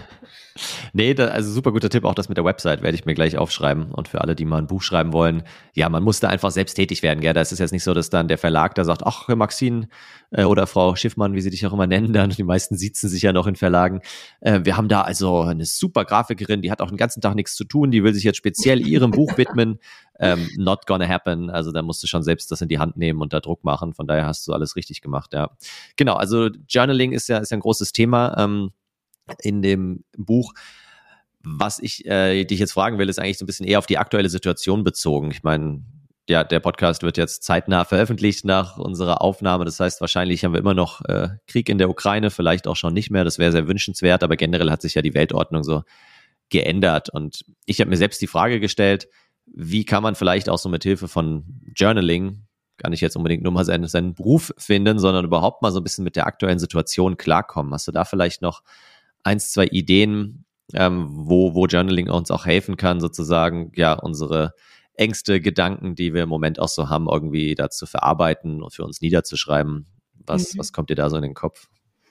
Nee, da, also super guter Tipp, auch das mit der Website werde ich mir gleich aufschreiben. Und für alle, die mal ein Buch schreiben wollen, ja, man muss da einfach selbst tätig werden, gell? Das ist jetzt nicht so, dass dann der Verlag da sagt, ach, Maxine äh, oder Frau Schiffmann, wie sie dich auch immer nennen, dann die meisten siezen sich ja noch in Verlagen. Äh, wir haben da also eine super Grafikerin, die hat auch den ganzen Tag nichts zu tun, die will sich jetzt speziell ihrem Buch widmen. Ähm, not gonna happen. Also da musst du schon selbst das in die Hand nehmen und da Druck machen. Von daher hast du alles richtig gemacht, ja. Genau, also Journaling ist ja, ist ja ein großes Thema ähm, in dem Buch. Was ich äh, dich jetzt fragen will, ist eigentlich so ein bisschen eher auf die aktuelle Situation bezogen. Ich meine, ja, der Podcast wird jetzt zeitnah veröffentlicht nach unserer Aufnahme. Das heißt, wahrscheinlich haben wir immer noch äh, Krieg in der Ukraine, vielleicht auch schon nicht mehr. Das wäre sehr wünschenswert, aber generell hat sich ja die Weltordnung so geändert. Und ich habe mir selbst die Frage gestellt, wie kann man vielleicht auch so mit Hilfe von Journaling, gar nicht jetzt unbedingt nur mal seinen, seinen Beruf finden, sondern überhaupt mal so ein bisschen mit der aktuellen Situation klarkommen. Hast du da vielleicht noch eins, zwei Ideen, ähm, wo, wo Journaling uns auch helfen kann, sozusagen, ja, unsere Ängste, Gedanken, die wir im Moment auch so haben, irgendwie da zu verarbeiten und für uns niederzuschreiben? Was, mhm. was kommt dir da so in den Kopf?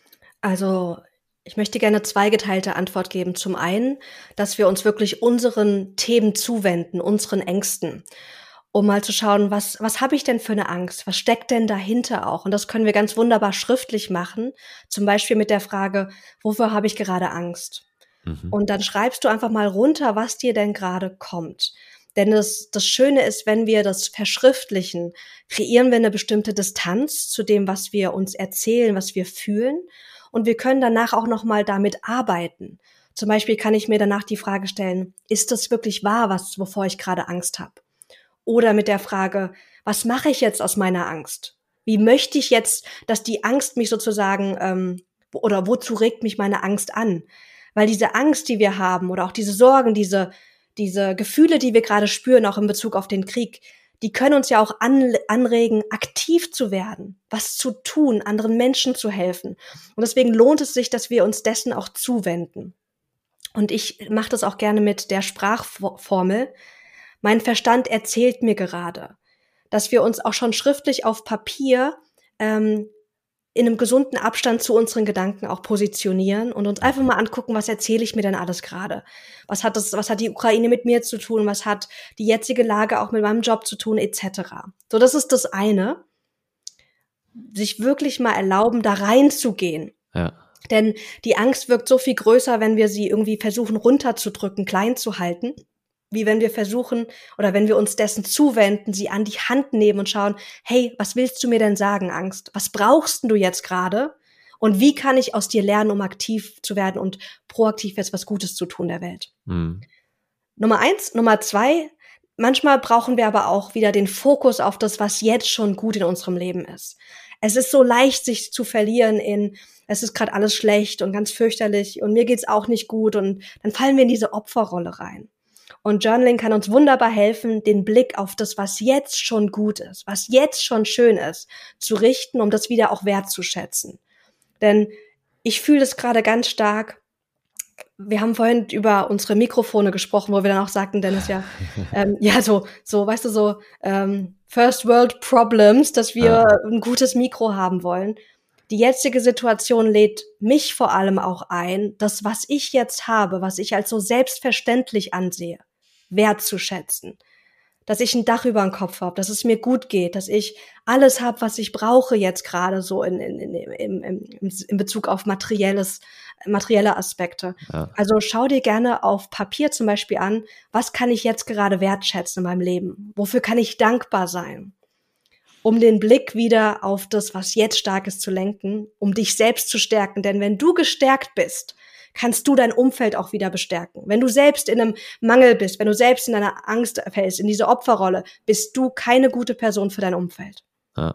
Also, ich möchte gerne zweigeteilte Antwort geben. Zum einen, dass wir uns wirklich unseren Themen zuwenden, unseren Ängsten, um mal zu schauen, was, was habe ich denn für eine Angst? Was steckt denn dahinter auch? Und das können wir ganz wunderbar schriftlich machen. Zum Beispiel mit der Frage, wofür habe ich gerade Angst? Mhm. Und dann schreibst du einfach mal runter, was dir denn gerade kommt. Denn das, das Schöne ist, wenn wir das verschriftlichen, kreieren wir eine bestimmte Distanz zu dem, was wir uns erzählen, was wir fühlen. Und wir können danach auch nochmal damit arbeiten. Zum Beispiel kann ich mir danach die Frage stellen, ist das wirklich wahr, was, wovor ich gerade Angst habe? Oder mit der Frage, was mache ich jetzt aus meiner Angst? Wie möchte ich jetzt, dass die Angst mich sozusagen, ähm, oder wozu regt mich meine Angst an? Weil diese Angst, die wir haben, oder auch diese Sorgen, diese, diese Gefühle, die wir gerade spüren, auch in Bezug auf den Krieg, die können uns ja auch an, anregen, aktiv zu werden, was zu tun, anderen Menschen zu helfen. Und deswegen lohnt es sich, dass wir uns dessen auch zuwenden. Und ich mache das auch gerne mit der Sprachformel. Mein Verstand erzählt mir gerade, dass wir uns auch schon schriftlich auf Papier ähm, in einem gesunden Abstand zu unseren Gedanken auch positionieren und uns einfach mal angucken, was erzähle ich mir denn alles gerade? Was hat das, was hat die Ukraine mit mir zu tun? Was hat die jetzige Lage auch mit meinem Job zu tun, et cetera. So, das ist das eine. Sich wirklich mal erlauben, da reinzugehen. Ja. Denn die Angst wirkt so viel größer, wenn wir sie irgendwie versuchen runterzudrücken, klein zu halten, wie wenn wir versuchen oder wenn wir uns dessen zuwenden, sie an die Hand nehmen und schauen, hey, was willst du mir denn sagen, Angst? Was brauchst du jetzt gerade? Und wie kann ich aus dir lernen, um aktiv zu werden und proaktiv jetzt was Gutes zu tun der Welt? Mhm. Nummer eins. Nummer zwei, manchmal brauchen wir aber auch wieder den Fokus auf das, was jetzt schon gut in unserem Leben ist. Es ist so leicht, sich zu verlieren in, es ist gerade alles schlecht und ganz fürchterlich und mir geht's auch nicht gut und dann fallen wir in diese Opferrolle rein. Und Journaling kann uns wunderbar helfen, den Blick auf das, was jetzt schon gut ist, was jetzt schon schön ist, zu richten, um das wieder auch wertzuschätzen. Denn ich fühle es gerade ganz stark. Wir haben vorhin über unsere Mikrofone gesprochen, wo wir dann auch sagten, Dennis, ja, ähm, ja, so, so, weißt du, so ähm, First World Problems, dass wir ja. ein gutes Mikro haben wollen. Die jetzige Situation lädt mich vor allem auch ein, das, was ich jetzt habe, was ich als so selbstverständlich ansehe, wertzuschätzen. Dass ich ein Dach über dem Kopf habe, dass es mir gut geht, dass ich alles habe, was ich brauche jetzt gerade so in, in, in, in, in, in Bezug auf materielles, materielle Aspekte. Ja. Also schau dir gerne auf Papier zum Beispiel an, was kann ich jetzt gerade wertschätzen in meinem Leben? Wofür kann ich dankbar sein? Um den Blick wieder auf das, was jetzt stark ist, zu lenken, um dich selbst zu stärken. Denn wenn du gestärkt bist, kannst du dein Umfeld auch wieder bestärken. Wenn du selbst in einem Mangel bist, wenn du selbst in einer Angst fällst, in diese Opferrolle, bist du keine gute Person für dein Umfeld. Ja,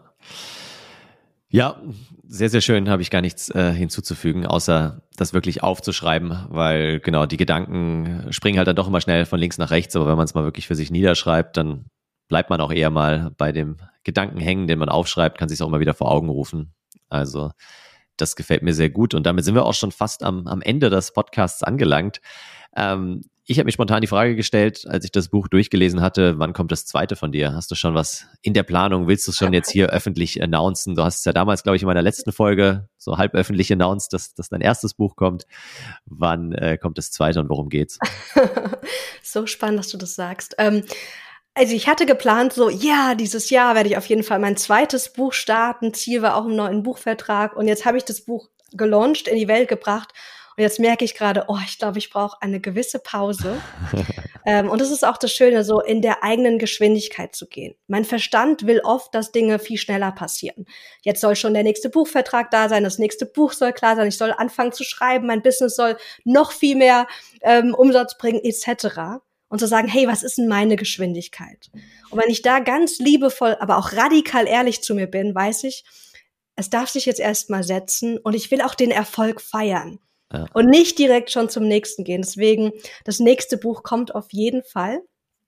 ja sehr, sehr schön, habe ich gar nichts äh, hinzuzufügen, außer das wirklich aufzuschreiben, weil genau, die Gedanken springen halt dann doch immer schnell von links nach rechts, aber wenn man es mal wirklich für sich niederschreibt, dann bleibt man auch eher mal bei dem Gedanken hängen, den man aufschreibt, kann sich auch immer wieder vor Augen rufen. Also das gefällt mir sehr gut und damit sind wir auch schon fast am, am Ende des Podcasts angelangt. Ähm, ich habe mir spontan die Frage gestellt, als ich das Buch durchgelesen hatte, wann kommt das zweite von dir? Hast du schon was in der Planung? Willst du es schon jetzt hier öffentlich announcen? Du hast es ja damals, glaube ich, in meiner letzten Folge so halb öffentlich announced, dass, dass dein erstes Buch kommt. Wann äh, kommt das zweite und worum geht's? So spannend, dass du das sagst. Ähm, Also ich hatte geplant, so, ja, dieses Jahr werde ich auf jeden Fall mein zweites Buch starten. Ziel war auch einen neuen Buchvertrag. Und jetzt habe ich das Buch gelauncht, in die Welt gebracht. Und jetzt merke ich gerade, oh, ich glaube, ich brauche eine gewisse Pause. ähm, und das ist auch das Schöne, so in der eigenen Geschwindigkeit zu gehen. Mein Verstand will oft, dass Dinge viel schneller passieren. Jetzt soll schon der nächste Buchvertrag da sein, das nächste Buch soll klar sein, ich soll anfangen zu schreiben, mein Business soll noch viel mehr ähm, Umsatz bringen, et cetera. Und zu sagen, hey, was ist denn meine Geschwindigkeit? Und wenn ich da ganz liebevoll, aber auch radikal ehrlich zu mir bin, weiß ich, es darf sich jetzt erstmal setzen und ich will auch den Erfolg feiern. Ja. Und nicht direkt schon zum nächsten gehen. Deswegen, das nächste Buch kommt auf jeden Fall.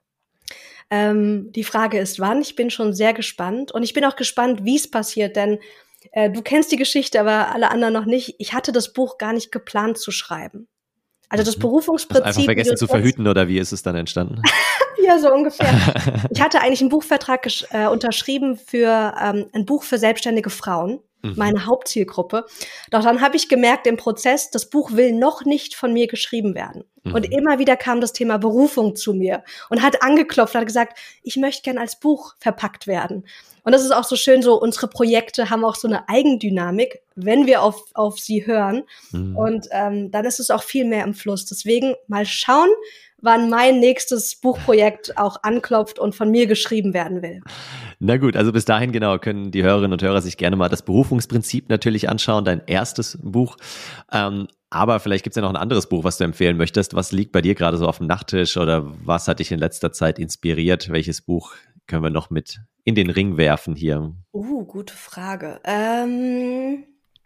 Ähm, die Frage ist, wann? Ich bin schon sehr gespannt. Und ich bin auch gespannt, wie es passiert, denn äh, du kennst die Geschichte, aber alle anderen noch nicht. Ich hatte das Buch gar nicht geplant zu schreiben. Also das Berufungsprinzip. Hast einfach vergessen zu verhüten oder wie ist es dann entstanden? Ja, so ungefähr. Ich hatte eigentlich einen Buchvertrag gesch- äh, unterschrieben für ähm, ein Buch für selbstständige Frauen, mhm. meine Hauptzielgruppe. Doch dann habe ich gemerkt im Prozess, das Buch will noch nicht von mir geschrieben werden. Mhm. Und immer wieder kam das Thema Berufung zu mir und hat angeklopft, hat gesagt, ich möchte gern als Buch verpackt werden. Und das ist auch so schön, so unsere Projekte haben auch so eine Eigendynamik, wenn wir auf, auf sie hören. Mhm. Und ähm, dann ist es auch viel mehr im Fluss. Deswegen mal schauen, wann mein nächstes Buchprojekt auch anklopft und von mir geschrieben werden will. Na gut, also bis dahin genau können die Hörerinnen und Hörer sich gerne mal das Berufungsprinzip natürlich anschauen, dein erstes Buch. Ähm, aber vielleicht gibt es ja noch ein anderes Buch, was du empfehlen möchtest. Was liegt bei dir gerade so auf dem Nachttisch oder was hat dich in letzter Zeit inspiriert? Welches Buch können wir noch mit in den Ring werfen hier? Uh, gute Frage. Ähm,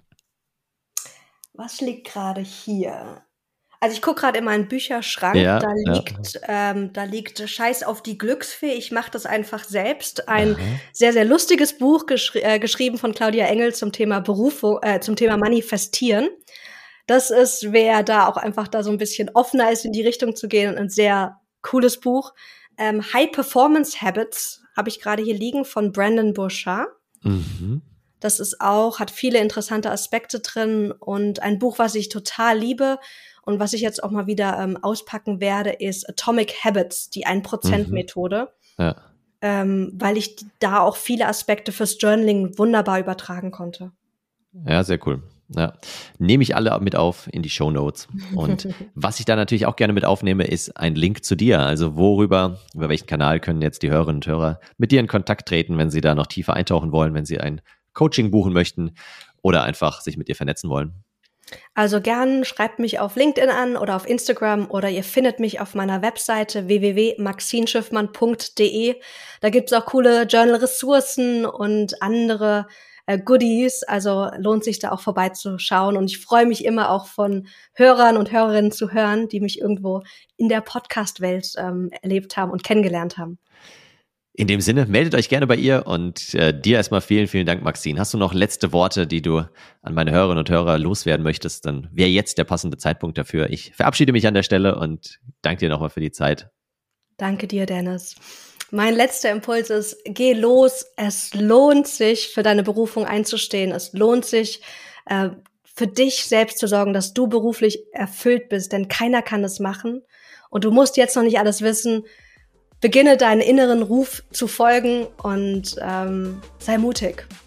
was liegt gerade hier? Also ich gucke gerade in meinen Bücherschrank, ja, da liegt, ja. ähm, da liegt Scheiß auf die Glücksfee, ich mache das einfach selbst. Ein Aha. sehr, sehr lustiges Buch, geschri- äh, geschrieben von Claudia Engel zum Thema Berufung, äh, zum Thema Manifestieren. Das ist, wer da auch einfach da so ein bisschen offener ist, in die Richtung zu gehen, ein sehr cooles Buch. Ähm, High Performance Habits habe ich gerade hier liegen von Brendon Burchard. Mhm. Das ist auch, hat viele interessante Aspekte drin und ein Buch, was ich total liebe und was ich jetzt auch mal wieder ähm, auspacken werde, ist Atomic Habits, die ein Prozent Methode. Mhm. Ja. Ähm, weil ich da auch viele Aspekte fürs Journaling wunderbar übertragen konnte. Ja, sehr cool. Ja. Nehme ich alle mit auf in die Shownotes. Und was ich da natürlich auch gerne mit aufnehme, ist ein Link zu dir. Also worüber, über welchen Kanal können jetzt die Hörerinnen und Hörer mit dir in Kontakt treten, wenn sie da noch tiefer eintauchen wollen, wenn sie ein Coaching buchen möchten oder einfach sich mit dir vernetzen wollen? Also gern schreibt mich auf LinkedIn an oder auf Instagram oder ihr findet mich auf meiner Webseite w w w punkt maxine schiffmann punkt d e. Da gibt's auch coole Journal-Ressourcen und andere äh, Goodies, also lohnt sich da auch vorbeizuschauen. Und ich freue mich immer auch von Hörern und Hörerinnen zu hören, die mich irgendwo in der Podcast-Welt ähm, erlebt haben und kennengelernt haben. In dem Sinne, meldet euch gerne bei ihr und äh, dir erstmal vielen, vielen Dank, Maxine. Hast du noch letzte Worte, die du an meine Hörerinnen und Hörer loswerden möchtest, dann wäre jetzt der passende Zeitpunkt dafür. Ich verabschiede mich an der Stelle und danke dir nochmal für die Zeit. Danke dir, Dennis. Mein letzter Impuls ist, geh los. Es lohnt sich, für deine Berufung einzustehen. Es lohnt sich, äh, für dich selbst zu sorgen, dass du beruflich erfüllt bist, denn keiner kann das machen. Und du musst jetzt noch nicht alles wissen. Beginne deinen inneren Ruf zu folgen und ähm, sei mutig.